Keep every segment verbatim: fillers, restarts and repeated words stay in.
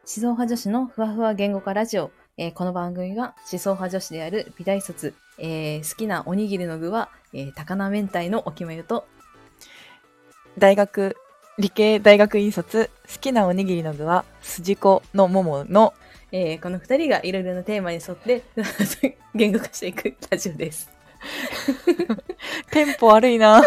思想派女子のふわふわ言語化ラジオ。えーこの番組は思想派女子である美大卒、えー好きなおにぎりの具は、えー高菜明太のおきまゆと、 大学理系大学院卒、好きなおにぎりの具は筋子のもものえーこの二人がいろいろなテーマに沿って言語化していくラジオです。 テンポ悪いな。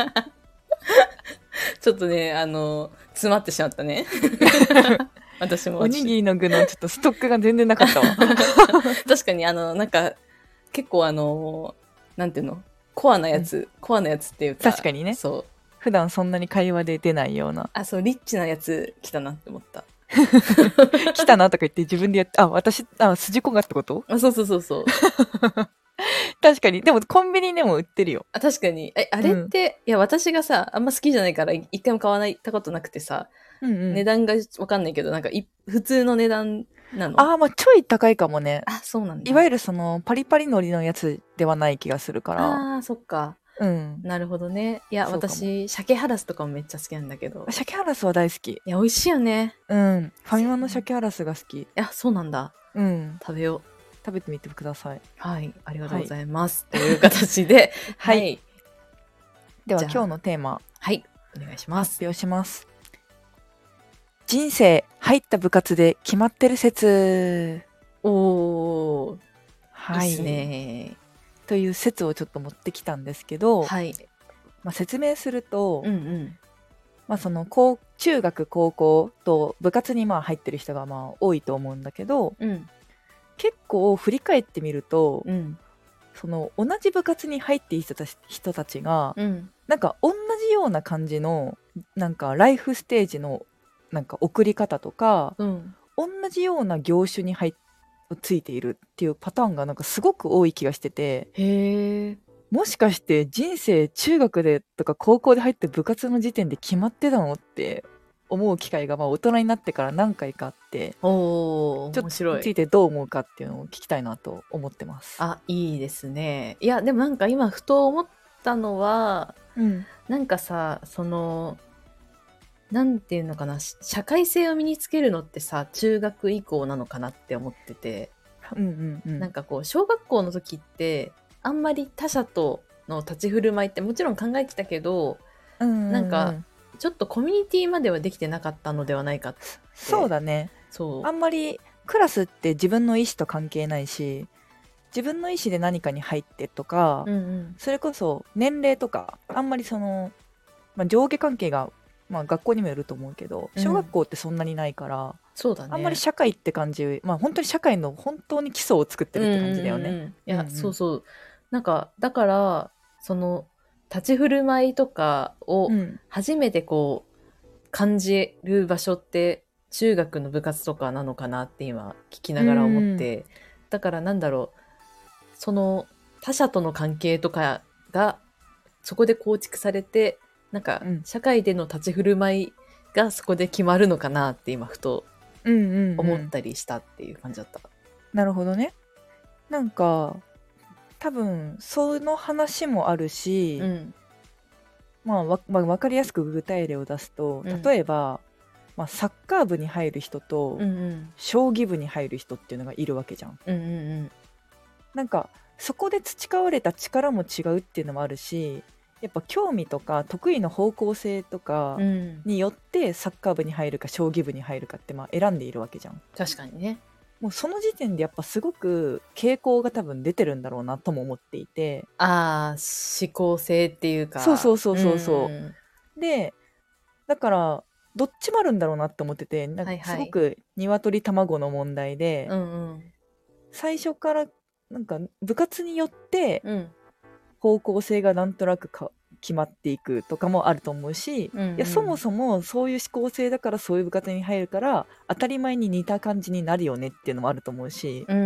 ちょっとね、あの、詰まってしまったね。私も。 おにぎりの具のちょっとストックが全然なかったわ。 確かに、あの、なんか、結構あの、なんていうのコアなやつ、うん、コアなやつっていうか。 確かにね。 そう。 普段そんなに会話で出ないような。 あ、そう、リッチなやつ来たなって思った。 来たなとか言って自分でやって、あ、私、あ、筋子がってこと？ あ、そうそうそうそう。 確かに。でもコンビニでも売ってるよ。 あ、確かに。え、あれって、うん、いや、私がさ、あんま好きじゃないから、一回も買わないたことなくてさ、うんうん、値段がわかんないけど、なんかい、普通の値段なの？ ああ、まあちょい高いかもね。 あ、そうなんだ。 いわゆるその、パリパリ海苔のやつではない気がするから。 ああ、そっか。うん。なるほどね。いや、私、鮭ハラスとかもめっちゃ好きなんだけど。 鮭ハラスは大好き。 いや、美味しいよね。 うん。ファミマの鮭ハラスが好き。いや、そうなんだ。 うん。 食べよう。 食べてみてください。 はい。ありがとうございます。はい、という形で、 はい、はい。では今日のテーマ。 はい。お願いします。 発表します。人生入った部活で決まってる説。 おー。 はい。 いいですね。 という説をちょっと持ってきたんですけど、 はい。 まあ、説明すると、 うんうん。 まあ、その高中学高校と部活にまあ入ってる人がまあ多いと思うんだけど、うん、結構振り返ってみると、うん、その同じ部活に入っている人たち、人たちが、うん、なんか同じような感じのなんかライフステージのなんか送り方とか、うん、同じような業種に入ってついているっていうパターンがなんかすごく多い気がしてて、 へー、もしかして人生中学でとか高校で入って部活の時点で決まってたのって思う機会がまあ大人になってから何回かあって、 おー、 ちょっとについてどう思うかっていうのを聞きたいなと思ってます。 あ、いいですね。いやでもなんか今ふと思ったのは、うん、なんかさ、そのなんていうのかな、社会性を身につけるのってさ、中学以降なのかなって思ってて、うんうんうん、なんかこう小学校の時ってあんまり他者との立ち振る舞いってもちろん考えてたけど、うんうんうん、なんかちょっとコミュニティまではできてなかったのではないかって。 そうだね。そう。あんまりクラスって自分の意思と関係ないし、自分の意思で何かに入ってとか、うんうん、それこそ年齢とかあんまりその、まあ、上下関係がまあ、学校にもよると思うけど、小学校ってそんなにないから、うん、 そうだね、 あんまり社会って感じ、まあ本当に社会の本当に基礎を作ってるって感じだよね。うんうんうん、いや、うんうん、そうそう。なんかだからその立ち振る舞いとかを初めてこう感じる場所って中学の部活とかなのかなって今聞きながら思って、うん、だからなんだろう、その他者との関係とかがそこで構築されて、なんか社会での立ち振る舞いがそこで決まるのかなって今ふと思ったりしたっていう感じだった。 うんうんうん、なるほどね。なんか多分その話もあるし、うん、まあ、わまあ、分かりやすく具体例を出すと、例えば、うん、まあ、サッカー部に入る人と、うんうん、将棋部に入る人っていうのがいるわけじゃん。うんうんうん、なんかそこで培われた力も違うっていうのもあるし、やっぱ興味とか得意の方向性とかによってサッカー部に入るか将棋部に入るかってまあ選んでいるわけじゃん。 確かにね。 もうその時点でやっぱすごく傾向が多分出てるんだろうなとも思っていて。 ああ、思考性っていうか。 そうそうそうそうそう。うで、だからどっちもあるんだろうなって思ってて、なんかすごく鶏卵の問題で、はいはい、うんうん、最初からなんか部活によって方向性がなんとなくか決まっていくとかもあると思うし、うんうん、いやそもそもそういう思考性だからそういう部活に入るから当たり前に似た感じになるよねっていうのもあると思うし、うん、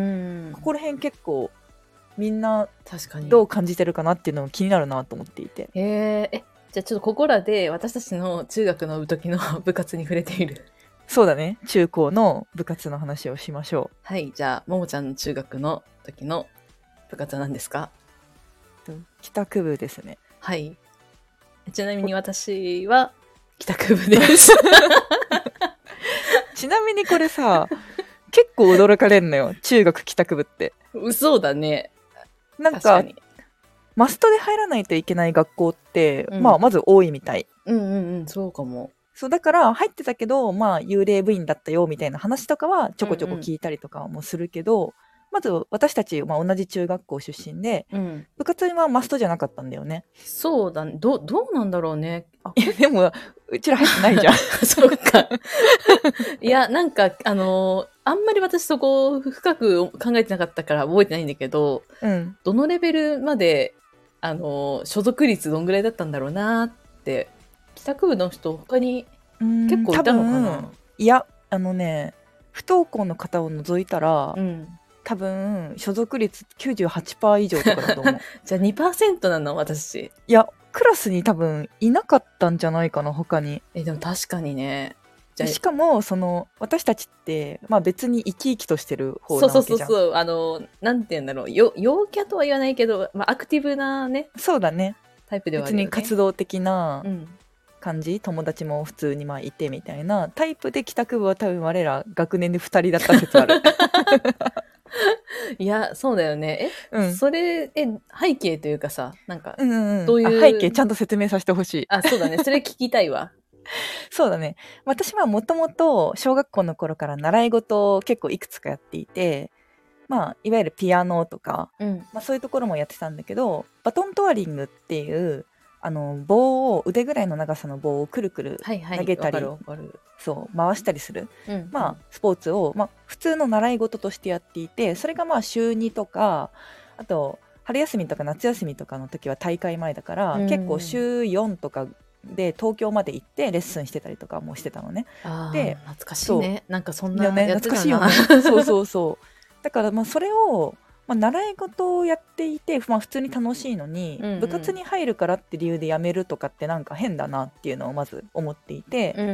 ここら辺結構みんなどう感じてるかなっていうのも気になるなと思っていて。 へえ、じゃあちょっとここらで私たちの中学の時の部活に触れている。 そうだね、中高の部活の話をしましょう。 はい、じゃあももちゃんの中学の時の部活は何ですか？ 帰宅部ですね。 はい。ちなみに私は帰宅部です。 ちなみにこれさ結構驚かれんのよ、中学帰宅部って。 嘘だね。 なんか、かマストで入らないといけない学校って、うん、まあまず多いみたい。 うんうんうん、そうかも。 そうだから入ってたけど、まあ幽霊部員だったよみたいな話とかはちょこちょこ聞いたりとかもするけど、うんうん、まず私たち、まあ、同じ中学校出身で、うん、部活はマストじゃなかったんだよね。 そうだね。どどうなんだろうね。 あいやでもうちら入ってないじゃん。 そっか。いやなんかあのー、あんまり私そこ深く考えてなかったから覚えてないんだけど、うん、どのレベルまであのー、所属率どんぐらいだったんだろうなって帰宅部の人他に結構いたのかな。 いやあのね不登校の方を除いたら、うん、多分所属率 きゅうじゅうはちパーセント 以上とかだと思う。 じゃあ にパーセント なの私。 いやクラスに多分いなかったんじゃないかな他に。 えでも確かにね。 じゃしかもその私たちって、まあ、別に生き生きとしてる方なわけじゃん。 そうそうそうそう、あのなんて言うんだろう、よ陽キャとは言わないけど、まあ、アクティブなね。 そうだね。 タイプではあるよね。 別に活動的な感じ、うん、友達も普通にまあいてみたいなタイプで帰宅部は多分我ら学年でふたりだった説ある。 いやそうだよね。え、うん、それえ背景というかさ、なんかどういう、うんうん、背景ちゃんと説明させてほしい。 あ、そうだね、それ聞きたいわ。 そうだね。私はもともと小学校の頃から習い事を結構いくつかやっていて、まあいわゆるピアノとか、うん、まあ、そういうところもやってたんだけど、バトントワリングっていうあの棒を腕ぐらいの長さの棒をくるくる投げたり、はいはい、そう回したりする、うん、まあスポーツを、まあ、普通の習い事としてやっていて、それがまあ週にとか、あと春休みとか夏休みとかの時は大会前だから、うん、結構週よんとかで東京まで行ってレッスンしてたりとかもしてたのね。 で懐かしいね。なんかそんなやつだな、ね、懐かしいよね。そうそうそうだからまあそれを、まあ、習い事をやっていて、まあ、普通に楽しいのに、うんうん、部活に入るからって理由で辞めるとかってなんか変だなっていうのをまず思っていて、うん、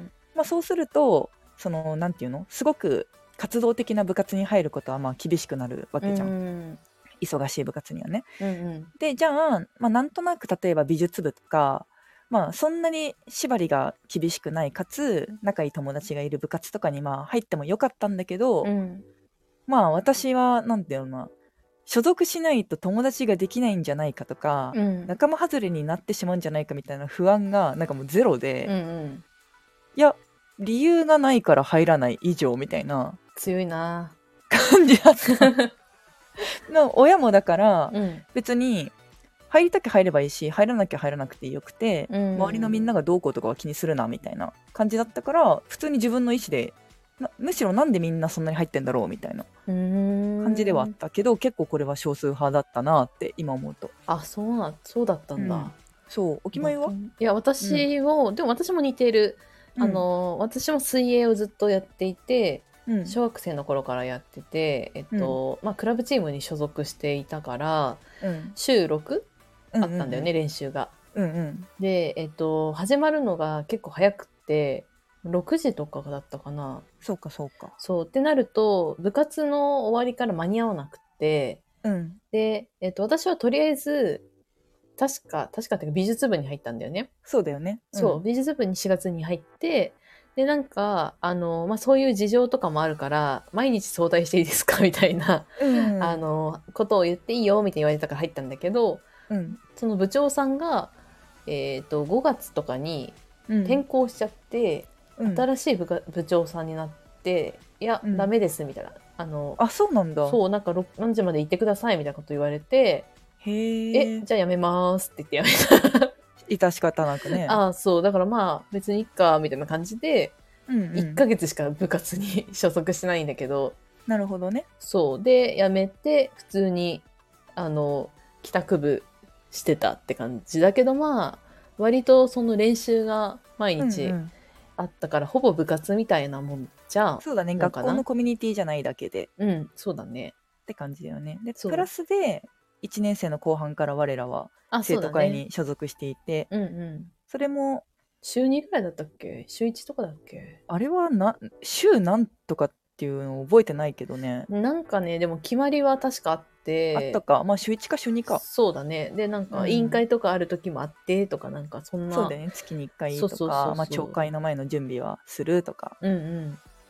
まあ、そうするとそのなんていうの、すごく活動的な部活に入ることはまあ厳しくなるわけじゃん、うん、忙しい部活にはね、うんうん、でじゃあ、まあ、なんとなく例えば美術部とか、まあ、そんなに縛りが厳しくないかつ仲いい友達がいる部活とかにまあ入ってもよかったんだけど、うん、まあ私はなんていうのな、所属しないと友達ができないんじゃないかとか、うん、仲間外れになってしまうんじゃないかみたいな不安がなんかもうゼロで、うんうん、いや理由がないから入らない以上みたいな強いな感じだったの親もだから、うん、別に入りたきゃ入ればいいし入らなきゃ入らなくてよくて、うん、周りのみんながどうこうとかは気にするなみたいな感じだったから、普通に自分の意思でむしろなんでみんなそんなに入ってんだろうみたいな感じではあったけど、結構これは少数派だったなって今思うと。 あ、そうなそうだったんだ、うん、 そうお決まりは、 いや私も、うん、でも私も似てる、うん、あの私も水泳をずっとやっていて、うん、小学生の頃からやってて、えっと、うん、まあ、クラブチームに所属していたから、うん、週ろくあったんだよね、うんうん、練習が、うんうん、で、えっと、始まるのが結構早くってろくじとかだったかな。 そうかそうか。 そうってなると部活の終わりから間に合わなくて、うん、で、えっと、私はとりあえず確か確かっていうか美術部に入ったんだよね。 そうだよね、 うん、そう美術部にしがつに入って、でなんかあの、まあ、そういう事情とかもあるから毎日早退していいですかみたいな、うん、あのことを言っていいよみたいに言われたから入ったんだけど、うん、その部長さんが、えー、とごがつとかに転校しちゃって、うん、新しい 部, 部長さんになっていや、うん、ダメですみたいな、あのあそうなんだ、 そうなんか何時まで行ってくださいみたいなこと言われて、へえじゃあやめますって言ってやめた致し方なくね。 あそうだからまあ別にいっかみたいな感じで、うんうん、いっかげつしか部活に所属してないんだけど。 なるほどね。 そうでやめて普通にあの帰宅部してたって感じだけど、まあ割とその練習が毎日あったから、うんうん、ほぼ部活みたいなもんじゃん。 そうだね、学校のコミュニティじゃないだけで。 うんそうだねって感じだよね。でプラスでいちねん生の後半から我らは生徒会に所属していて、そ,、ねうんうん、それも週にぐらいだったっけ、週いちとかだっけ、 あれはな週なんとかっていうのを覚えてないけどね。 なんかねでも決まりは確かあってあったか、まあ週いちか週にか。 そうだね。でなんか委員会とかある時もあってとか、なんかそんな、 そうだね、月にいっかいとか、まあ、朝会の前の準備はするとか、 うんうん、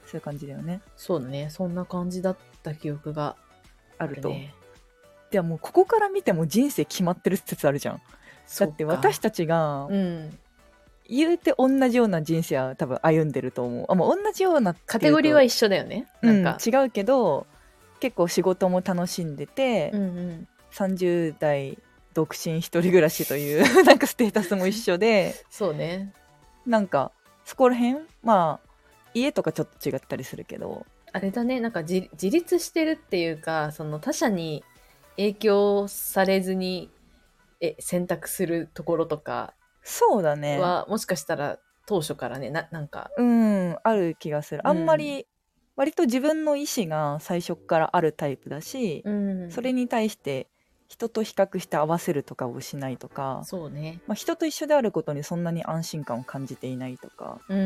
そういう感じだよね。 そうだね、そんな感じだった記憶があると。 ではもうここから見ても人生決まってる説あるじゃん。だって私たちが、うん、言うて同じような人生は多分歩んでると思う。あ、もう同じようなカテゴリーは一緒だよね。なんか、 うん、違うけど結構仕事も楽しんでて、うんうん、さんじゅう代独身一人暮らしというなんかステータスも一緒でそうね、 なんかそこら辺まあ家とかちょっと違ったりするけど、 あれだね、なんか自立してるっていうか、その他者に影響されずにえ選択するところとか、 そうだね、 はもしかしたら当初からね、な、なんかうんある気がする。あんまり割と自分の意思が最初からあるタイプだし、うん、それに対して人と比較して合わせるとかをしないとか、 そうね、 まあ、人と一緒であることにそんなに安心感を感じていないとか、うん、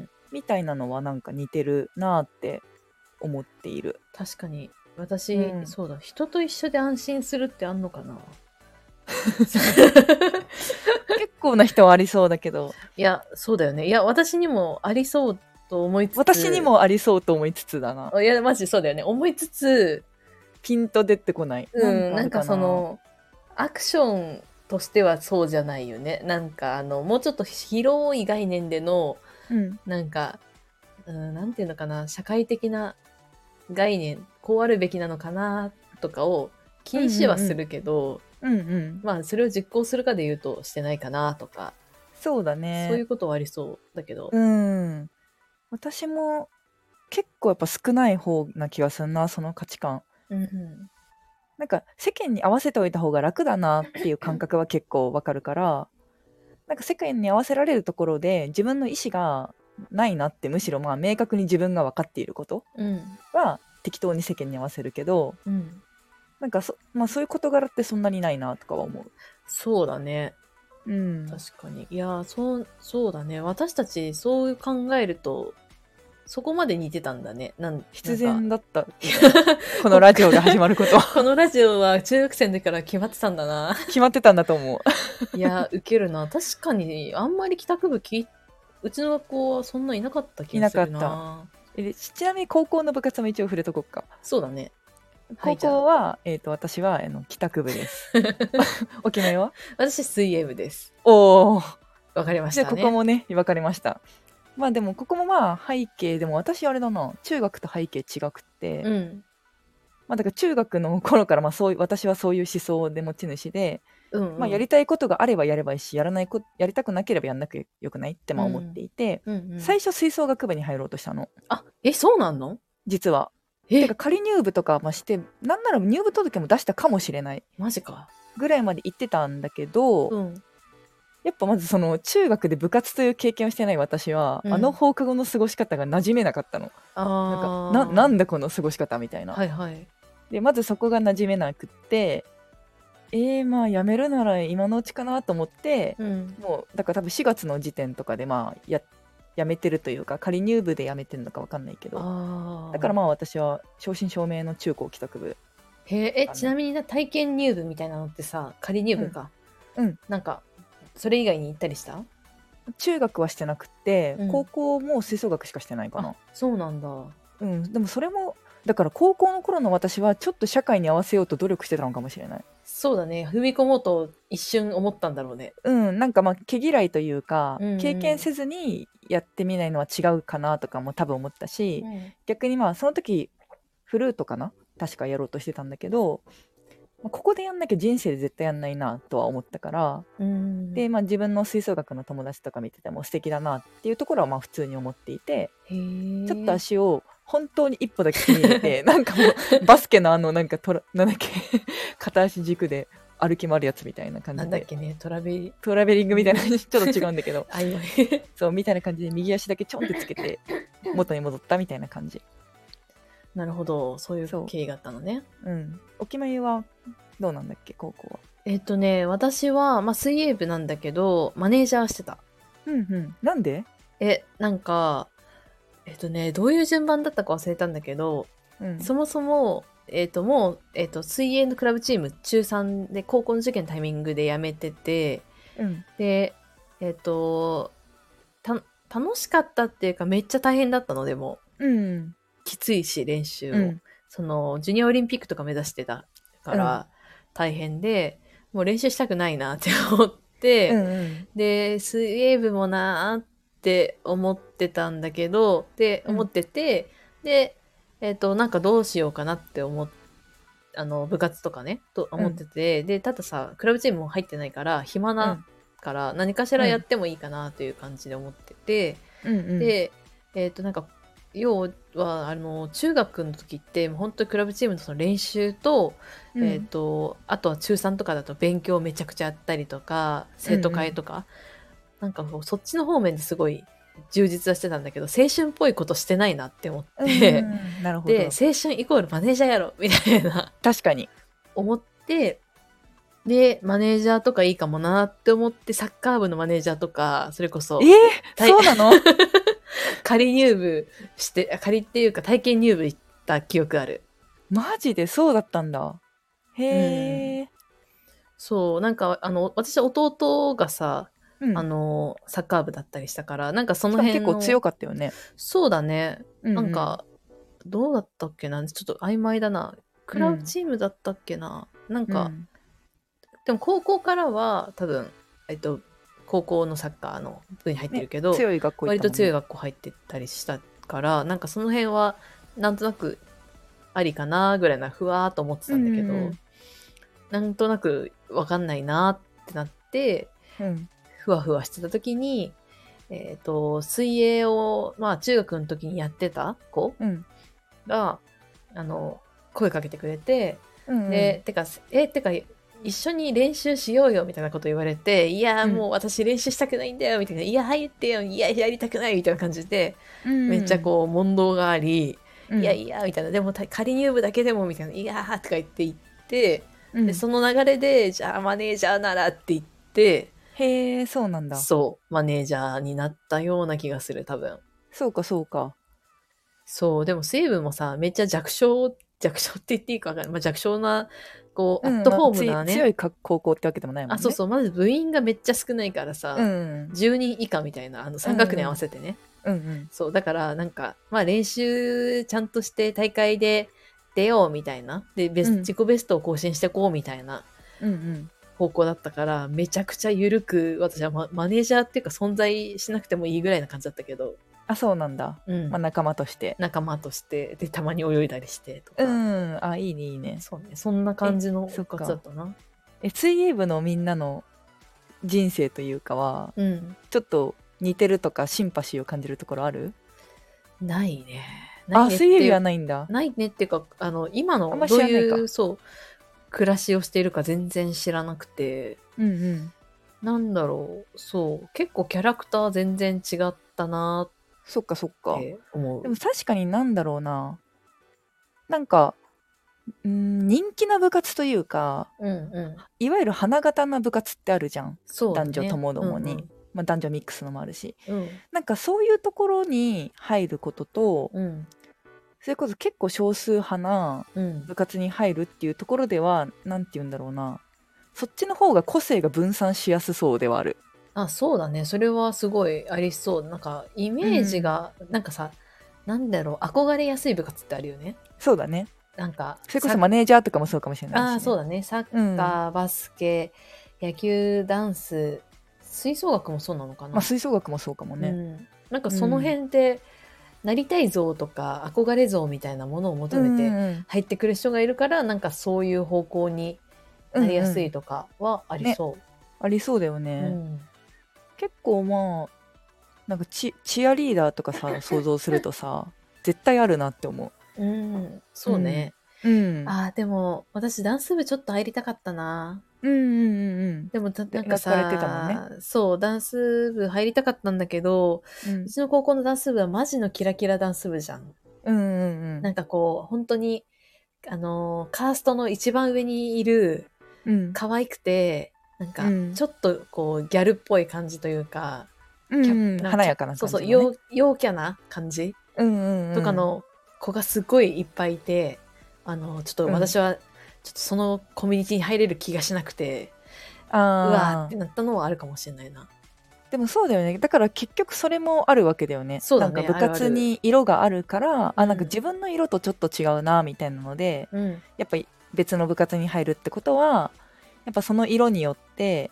みたいなのはなんか似てるなって思っている。 確かに私、うん、そうだ、人と一緒で安心するってあんのかな結構な人はありそうだけど。 いや、そうだよね。いや、私にもありそうと思いつつ。 私にもありそうと思いつつだな。 いや、マジそうだよね。思いつつ、 ピンと出てこない。 うん、なんかその、アクションとしてはそうじゃないよね。なんかあの、もうちょっと広い概念での、うん、なんか、うん、なんていうのかな、社会的な概念、こうあるべきなのかな、とかを気にしはするけど、うんうんうん、まあそれを実行するかで言うとしてないかなとか、 そうだね、 そういうことはありそうだけど、 うん、私も結構やっぱ少ない方な気がするな、その価値観、うんうん、なんか世間に合わせておいた方が楽だなっていう感覚は結構わかるからなんか世間に合わせられるところで自分の意思がないなって、むしろまあ明確に自分が分かっていることは適当に世間に合わせるけど、うん、なんか そ,、まあ、そういう事柄ってそんなにないなとかは思う。 そうだね、うん、確かに。いや、そうそうだね、私たちそう考えるとそこまで似てたんだね。なん必然だったこのラジオが始まることこのラジオは中学生の時から決まってたんだな。 決まってたんだと思ういやウケるな。確かにあんまり帰宅部きうちの学校はそんないなかった気がするな。いなかったえちなみに高校の部活も一応触れとこうか。 そうだね。 高校は、はい、えーと、私はあの帰宅部ですお決めは私水泳部です。 おおわかりましたね。 でここもね分かりました。まあでもここもまあ背景でも私あれだな、中学と背景違くって、うん、まあだから中学の頃からまあそう私はそういう思想で持ち主で、うんうん、まあやりたいことがあればやればいいし、やらないこやりたくなければやんなくよくないってまあ思っていて、うんうんうん、最初吹奏楽部に入ろうとしたの。 あ、え、そうなんの？ 実は。てか仮入部とかまして、なんなら入部届も出したかもしれない。 マジか。 ぐらいまで行ってたんだけど、うん、やっぱまずその中学で部活という経験をしてない私は、うん、あの放課後の過ごし方が馴染めなかったの。あなんか な, なんだこの過ごし方みたいな。はいはい、でまずそこが馴染めなくってえー、まあやめるなら今のうちかなと思って、うん、もうだから多分しがつの時点とかでまあややめてるというか仮入部でやめてるのか分かんないけど、だからまあ私は正真正銘の中高帰宅部。 へえ、ちなみに体験入部みたいなのってさ、仮入部か、うん、うん、なんかそれ以外に行ったりした？ 中学はしてなくて、うん、高校も吹奏楽しかしてないかな。 そうなんだ。 うん、でもそれもだから高校の頃の私はちょっと社会に合わせようと努力してたのかもしれない。 そうだね、踏み込もうと一瞬思ったんだろうね。 うん、なんかまあ毛嫌いというか、うんうん、経験せずにやってみないのは違うかなとかも多分思ったし、うん、逆にまあその時フルートかな確かやろうとしてたんだけど、ここでやんなきゃ人生で絶対やんないなとは思ったから、うん、で、まあ、自分の吹奏楽の友達とか見てても素敵だなっていうところはまあ普通に思っていて、ちょっと足を本当に一歩だけ踏み入れてなんかもうバスケのあのなんかトラなんだっけ片足軸で歩き回るやつみたいな感じで、 なんだっけね、トラベリトラベリングみたいなちょっと違うんだけどそうみたいな感じで右足だけちょんってつけて元に戻ったみたいな感じ。 なるほど、そういう経緯があったのね。 うん。お決まりはどうなんだっけ、高校は。 えっとね、私は、まあ、水泳部なんだけど、マネージャーしてた。 うんうん。なんで？ え、なんか、えっとね、どういう順番だったか忘れたんだけど、うん、そもそも、えっと、もう、えっと、水泳のクラブチーム、中さんで高校の受験のタイミングで辞めてて、うん、で、えっと、た、楽しかったっていうか、めっちゃ大変だったのでも。 うんきついし練習を、 うん、 そのジュニアオリンピックとか目指してたから大変で、うん、もう練習したくないなって思って、 うんうん、 で水泳部もなーって思ってたんだけどで思ってて、うん、でえっ、ー、となんかどうしようかなって思ってあの部活とかねと思ってて、うん、でたださクラブチームも入ってないから暇なから何かしらやってもいいかなという感じで思ってて、 うんうん、 でえっ、ー、となんか要はあの中学の時って本当にクラブチームのその練習と、うん、えっ、ー、とあとは中さんとかだと勉強めちゃくちゃやったりとか生徒会とか、うんうん、なんかそっちの方面ですごい充実はしてたんだけど青春っぽいことしてないなって思って、 うん、なるほど。 で青春イコールマネージャーやろみたいな確かに思ってでマネージャーとかいいかもなって思ってサッカー部のマネージャーとかそれこそえー、そうなの仮入部して仮っていうか体験入部行った記憶ある。 マジでそうだったんだ。へえ、うん、 そうなんかあの私弟がさ、うん、あのサッカー部だったりしたからなんかその辺の結構強かったよね。 そうだね、うんうん、なんかどうだったっけなちょっと曖昧だなクラブチームだったっけな、うん、なんか、うん、でも高校からは多分えっと高校のサッカーの部に入ってるけど、 ね、強い学校行ったもんね、 割と強い学校入ってたりしたからなんかその辺はなんとなくありかなぐらいなふわーっと思ってたんだけど、うんうん、なんとなく分かんないなってなって、うん、ふわふわしてた時に、えっと水泳を、まあ、中学の時にやってた子が、うん、あの声かけてくれて、うんうん、でてかえてか一緒に練習しようよみたいなこと言われていやもう私練習したくないんだよみたいな、うん、いや入ってよいややりたくないみたいな感じで、うん、めっちゃこう問答があり、うん、いやいやみたいなでも仮入部だけでもみたいないやーとか言って言って、うん、でその流れでじゃあマネージャーならって言ってへーそうなんだそうマネージャーになったような気がする多分。 そうかそうか。 そうでも水分もさめっちゃ弱小弱小って言っていいか分かんない、まあ、弱小なこうアットホームなね、 うんまあ、強い高校ってわけでもないもんね。 あそうそうまず部員がめっちゃ少ないからさ、うん、じゅうにん以下みたいなあのさん学年合わせてね、うんうん、そうだからなんかまあ練習ちゃんとして大会で出ようみたいなでベス、うん、自己ベストを更新していこうみたいな方向だったから、うんうん、めちゃくちゃ緩く私は マ, マネージャーっていうか存在しなくてもいいぐらいな感じだったけど。 あそうなんだ、うんまあ、仲間として仲間としてでたまに泳いだりしてとか、 うんあいいねいいね。 そうねそんな感じの部活だったな。 え水泳部のみんなの人生というかは、うん、ちょっと似てるとかシンパシーを感じるところある？ ないね。 ないねあ水泳部はないんだ。 ないねっていうかあの今のどういうそう暮らしをしているか全然知らなくて、うんうん、なんだろうそう結構キャラクター全然違ったなってそっかそっか思う。 でも確かになんだろうななんかん人気な部活というか、うんうん、いわゆる花形な部活ってあるじゃん、ね、男女ともどもに、うんうんまあ、男女ミックスのもあるし、うん、なんかそういうところに入ることと、うん、それこそ結構少数派な部活に入るっていうところでは、うん、なんて言うんだろうなそっちの方が個性が分散しやすそうではある。 あそうだねそれはすごいありそうなんかイメージが、うん、なんかさなんだろう憧れやすい部活ってあるよね。 そうだねなんかそれこそマネージャーとかもそうかもしれないし、ね、 あそうだねサッカー、うん、バスケ野球ダンス吹奏楽もそうなのかな、 まあ、吹奏楽もそうかもね、 うん、なんかその辺で、うん、なりたい像とか憧れ像みたいなものを求めて入ってくる人がいるから、うんうん、なんかそういう方向になりやすいとかはありそう、うんうんね、 ありそうだよね、うん、結構まあなんか チ, チアリーダーとかさ想像するとさ絶対あるなって思う。うんそうね、うんうん、あでも私ダンス部ちょっと入りたかったな。うんうんうんでもなんかさ、てたもんね、そうダンス部入りたかったんだけど、うん、うちの高校のダンス部はマジのキラキラダンス部じゃん。うんうんうん、なんかこう本当にあのカーストの一番上にいる、うん、可愛くてなんかちょっとこうギャルっぽい感じというか、 うんうん、華やかな感じ、ね、 そうそう陽陽キャな感じ、うんうんうん、とかの子がすごいいっぱいいてあのちょっと私はちょっとそのコミュニティに入れる気がしなくて、うん、うわーってなったのはあるかもしれないな。 でもそうだよね。だから結局それもあるわけだよね。 そうだね。 なんか部活に色があるから、あるある、あ、なんか自分の色とちょっと違うな、みたいなので、うん、やっぱり別の部活に入るってことは、やっぱその色によって、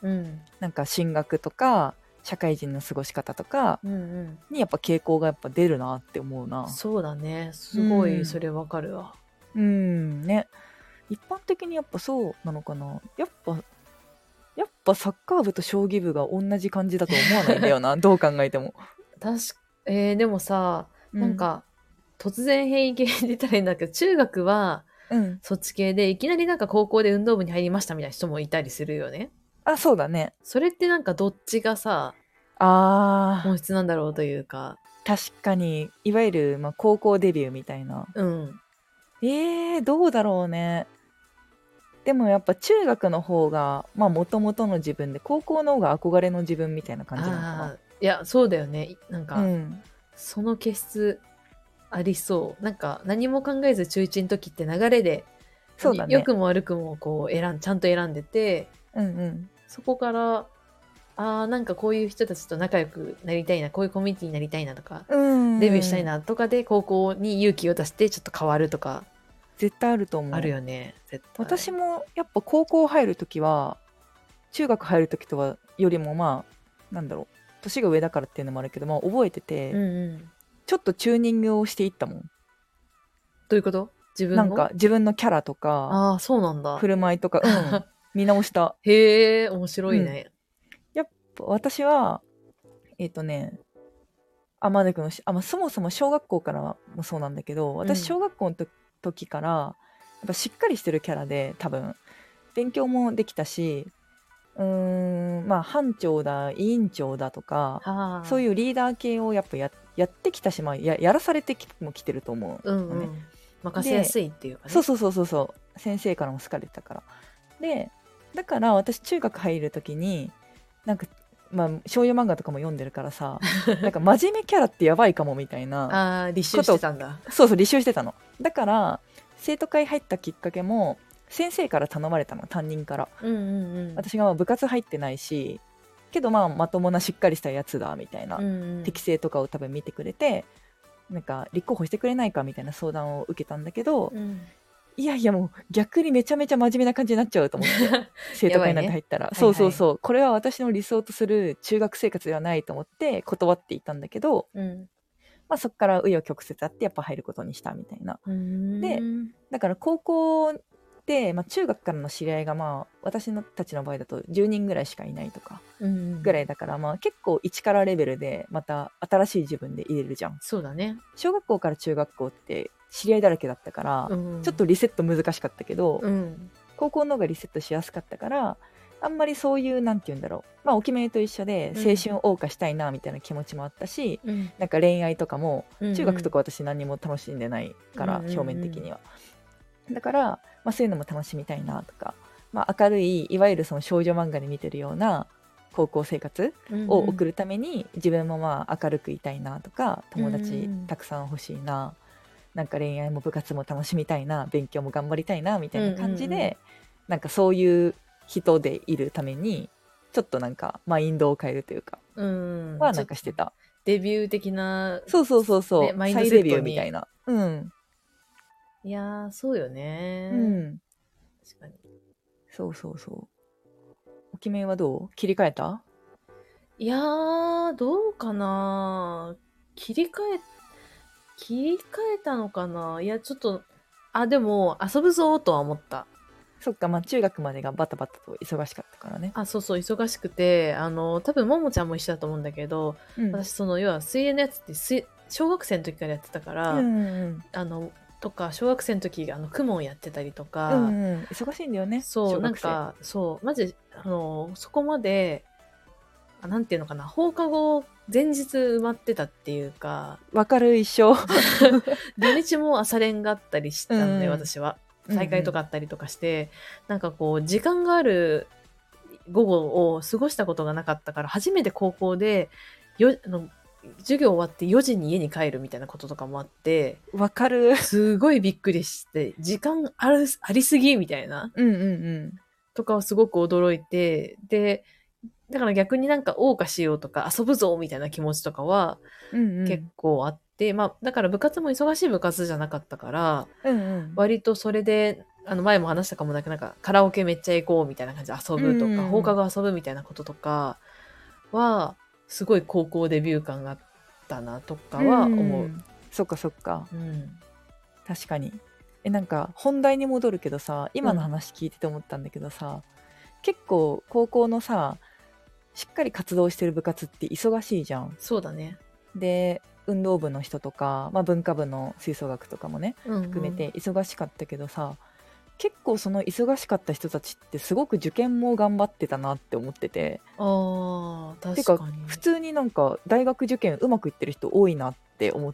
うん、なんか進学とか、社会人の過ごし方とかにやっぱ傾向がやっぱ出るなって思うな。 そうだね。すごいそれわかるわ。 うん、うんね。一般的にやっぱそうなのかな。やっぱやっぱサッカー部と将棋部が同じ感じだと思わないんだよな。どう考えても。 確か、えー、でもさ、うん、なんか突然変異系出たらいいんだけど、中学はそっち系で、いきなりなんか高校で運動部に入りましたみたいな人もいたりするよね。 あ、そうだね。 それってなんかどっちがさ、 あ本質なんだろうというか。 確かに、いわゆる、まあ、高校デビューみたいな。うん。えー、どうだろうね。でもやっぱ中学の方が、まあ元々の自分で、高校の方が憧れの自分みたいな感じなのかな。 いや、そうだよね。なんか、うん、その気質ありそう。なんか何も考えず中いちの時って流れで、そうだね。良くも悪くもこう選ん、ちゃんと選んでて、うんうん、そこから、ああ、なんかこういう人たちと仲良くなりたいな、こういうコミュニティになりたいなとか、うんうん、デビューしたいなとかで高校に勇気を出してちょっと変わるとか。 絶対あると思う。 あるよね。絶対。 私もやっぱ高校入るときは、中学入るときとはよりもまあ、なんだろう、年が上だからっていうのもあるけど、まあ覚えてて、うんうん、ちょっとチューニングをしていったもん。 どういうこと？自分のなんか自分のキャラとか、 ああ、そうなんだ。 振る舞いとか、うん、見直した。 へえ、面白いね。 うん、やっぱ私は、えっとね、あ、まあ、だけど、あ、まあ、そもそも小学校からもそうなんだけど、私小学校の時から、やっぱしっかりしてるキャラで、多分、勉強もできたし、うーん、まあ、班長だ、委員長だとか、そういうリーダー系をやっぱ や, やってきたし、まあ、ややらされてきも来てると思うのね。うんうん、 任せやすいっていうかね。 そうそうそうそうそう。先生からも好かれてたから。で、だから私中学入る時に、なんか、まあ、少女漫画とかも読んでるからさ、なんか真面目キャラってやばいかもみたいな。 ああ、履修してたんだ。 そうそう、履修してたの。だから、生徒会入ったきっかけも、先生から頼まれたの、担任から。うんうんうん、私がまあ部活入ってないし、けどまあまともなしっかりしたやつだみたいな、うんうん、適性とかを多分見てくれて、なんか立候補してくれないかみたいな相談を受けたんだけど、うん、いやいやもう逆にめちゃめちゃ真面目な感じになっちゃうと思って生徒会なんて入ったら、ね、そうそうそう、はいはい、これは私の理想とする中学生活ではないと思って断っていたんだけど、うん、まあ、そこから紆余曲折あってやっぱ入ることにしたみたいな。でだから高校で、まあ、中学からの知り合いがまあ私のたちの場合だとじゅうにんぐらいしかいないとかぐらいだから、まあ結構一からレベルでまた新しい自分で入れるじゃん。 そうだね。 小学校から中学校って知り合いだらけだったから、うん、ちょっとリセット難しかったけど、うん、高校の方がリセットしやすかったから、あんまりそういうなんて言うんだろう、まあお決めと一緒で青春を謳歌したいなみたいな気持ちもあったし、うん、なんか恋愛とかも、中学とか私何も楽しんでないから、うん、表面的には。だから、まあ、そういうのも楽しみたいなとか、まあ、明るいいわゆるその少女漫画で見てるような高校生活を送るために、うんうん、自分もまあ明るくいたいなとか、友達たくさん欲しいな、うんうん、なんか恋愛も部活も楽しみたいな、勉強も頑張りたいなみたいな感じで、うんうんうん、なんかそういう人でいるためにちょっとなんかマインドを変えるというか、うん、はなんかしてた。 デビュー的な、 そうそうそうそう、ね、マインドセットに再デビューみたいな。うん。 いやー、そうよね。うん。確かに。 そうそうそう。お決めはどう？切り替えた？ いやー、どうかな。切り替え、切り替えたのかな。いや、ちょっと、あ、でも、遊ぶぞーとは思った。 そっか、まあ中学までがバタバタと忙しかったからね。 あ、そうそう、忙しくて、あの、多分ももちゃんも一緒だと思うんだけど、うん、私、その、要は水泳のやつって水、小学生の時からやってたから、うんうんうん、あの、とか小学生の時あの公文やってたりとか、 うんうん、忙しいんだよね。 そうなんかそうマジあのそこまであなんていうのかな、放課後前日埋まってたっていうか、 わかる、一緒。 土日も朝練があったりしたんで、うん、私は大会とかあったりとかして、うんうん、なんかこう時間がある午後を過ごしたことがなかったから、初めて高校でよあの授業終わってよじに家に帰るみたいなこととかもあって、 わかる。 すごいびっくりして、時間ある、ありすぎみたいな。 うんうんうん。 とかをすごく驚いて、で、 だから逆になんか謳歌しようとか遊ぶぞみたいな気持ちとかは結構あって、うんうん、まあだから部活も忙しい部活じゃなかったから、 うんうん、 割とそれであの前も話したかもだけどなんかカラオケめっちゃ行こうみたいな感じで遊ぶとか、うんうん、放課後遊ぶみたいなこととかはすごい高校デビュー感があったなとかは思う。うん、 そっかそっか、 うん、 確かに。えなんか本題に戻るけどさ、今の話聞いてて思ったんだけどさ、うん、結構高校のさしっかり活動してる部活って忙しいじゃん。 そうだね。 で運動部の人とか、まあ、文化部の吹奏楽とかもね、うんうん、含めて忙しかったけどさ、結構その忙しかった人たちってすごく受験も頑張ってたなって思ってて。 あ確かに。てか普通になんか大学受験うまくいってる人多いなって思って、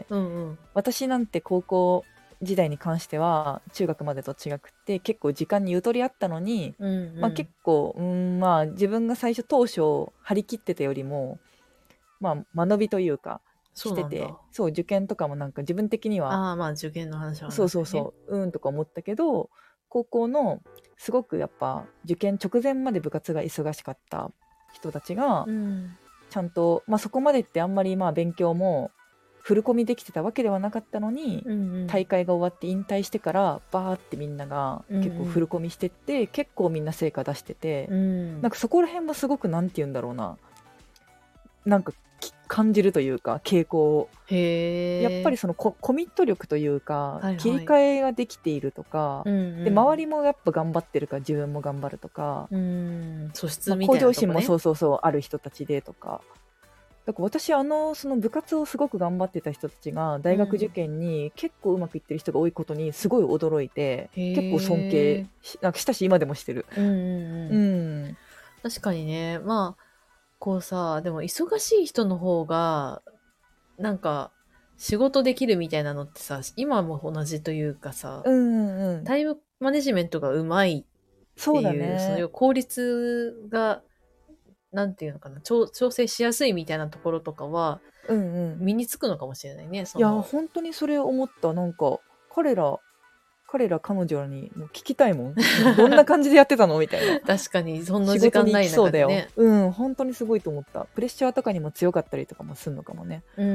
うんうん、 私なんて高校時代に関しては中学までと違くて結構時間にゆとりあったのに、 うんうん、 まあ、結構うんまあ自分が最初当初張り切ってたよりもまあ間延びというかしてて、そうそう受験とかもなんか自分的にはあまあ受験の話は、ね、 そうそうそううんとか思ったけど、高校のすごくやっぱ受験直前まで部活が忙しかった人たちが、うん、ちゃんと、まあ、そこまでってあんまりまあ勉強もフルコミできてたわけではなかったのに、うんうん、大会が終わって引退してからバーってみんなが結構フルコミしてって、うんうん、結構みんな成果出してて、うん、なんかそこら辺もすごくなんて言うんだろうな、なんか感じるというか傾向を、 へやっぱりその コ, コミット力というか、はいはい、切り替えができているとか、うんうん、で周りもやっぱ頑張ってるから自分も頑張るとか、 うん、素質みたいなとこね、 向上心もそうそうそうある人たちでとか、だから私あのその部活をすごく頑張ってた人たちが大学受験に結構うまくいってる人が多いことにすごい驚いて、うん、結構尊敬しなんかしたし今でもしてる。 うんうんうんうん、確かにね。まあこうさ、でも忙しい人の方がなんか仕事できるみたいなのってさ、今も同じというかさ、 うんうんうん、 タイムマネジメントがうまいっていう、 そうだね、 その効率がなんていうのかな、調整しやすいみたいなところとかは、うんうん、身につくのかもしれないね。 そのいや本当にそれ思った。なんか彼ら彼ら彼女らにもう聞きたいもん。どんな感じでやってたのみたいな。 確かにそんな時間ない中でね。 うん、本当にすごいと思った。プレッシャーとかにも強かったりとかもするのかもね。 うん、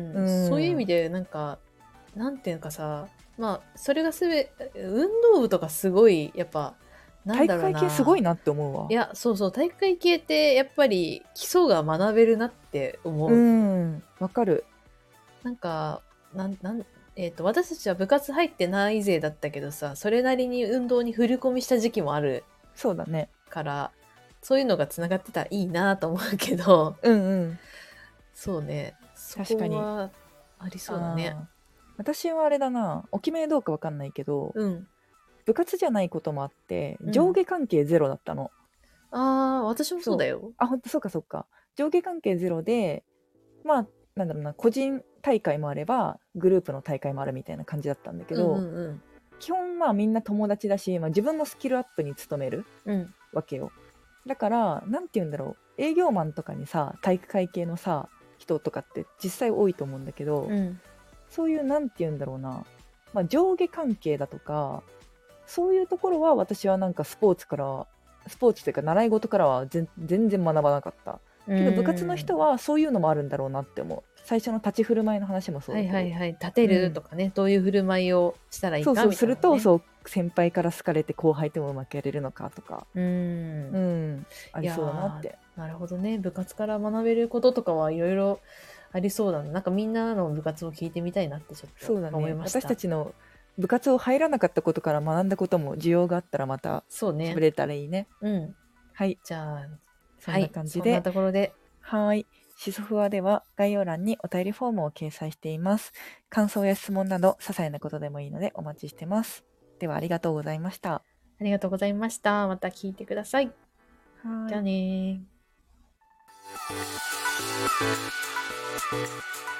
うん、そういう意味でなんかなんていうかさ、まあそれがすべ運動部とかすごいやっぱ。 なんだろうな、体育会系すごいなって思うわ。 いやそうそう、体育会系ってやっぱり基礎が学べるなって思う。 うんわかる。 なんかなんなんえーと、私たちは部活入ってない勢だったけどさ、それなりに運動に振り込みした時期もある。 そうだね。 からそういうのがつながってたらいいなと思うけど、 うんうん、 そうね、確かにありそうだね。 私はあれだな、お決めどうかわかんないけど、 うん、 部活じゃないこともあって上下関係ゼロだったの。 うん、ああ私もそうだよ。 あほんとそうかそうか。上下関係ゼロで、まあなんだろうな、個人大会もあればグループの大会もあるみたいな感じだったんだけど、うんうんうん、基本まあみんな友達だし、まあ、自分のスキルアップに努めるわけよ、うん、だからなんて言うんだろう、営業マンとかにさ体育会系のさ人とかって実際多いと思うんだけど、うん、そういうなんて言うんだろうな、まあ、上下関係だとかそういうところは私はなんかスポーツからスポーツというか習い事からは全然学ばなかった。けど部活の人はそういうのもあるんだろうなって思う。最初の立ち振る舞いの話もそうだけど、 はいはいはい、立てるとかね、うん、どういう振る舞いをしたらいいかみたいな、ね、 そうそうするとそう先輩から好かれて後輩ともうまくやれるのかとか、うん、うん、ありそうだなって。 なるほどね。部活から学べることとかはいろいろありそうだな。なんかみんなの部活を聞いてみたいなってちょっと思いました。 そうだね、私たちの部活を入らなかったことから学んだことも需要があったらまた喋れたらいいね。 うん、 はい、 じゃあそんな感じで、 はい、そんなところではいシソフワでは概要欄にお便りフォームを掲載しています。感想や質問など些細なことでもいいのでお待ちしてます。ではありがとうございました。 ありがとうございました。また聞いてください。はい、じゃあねー。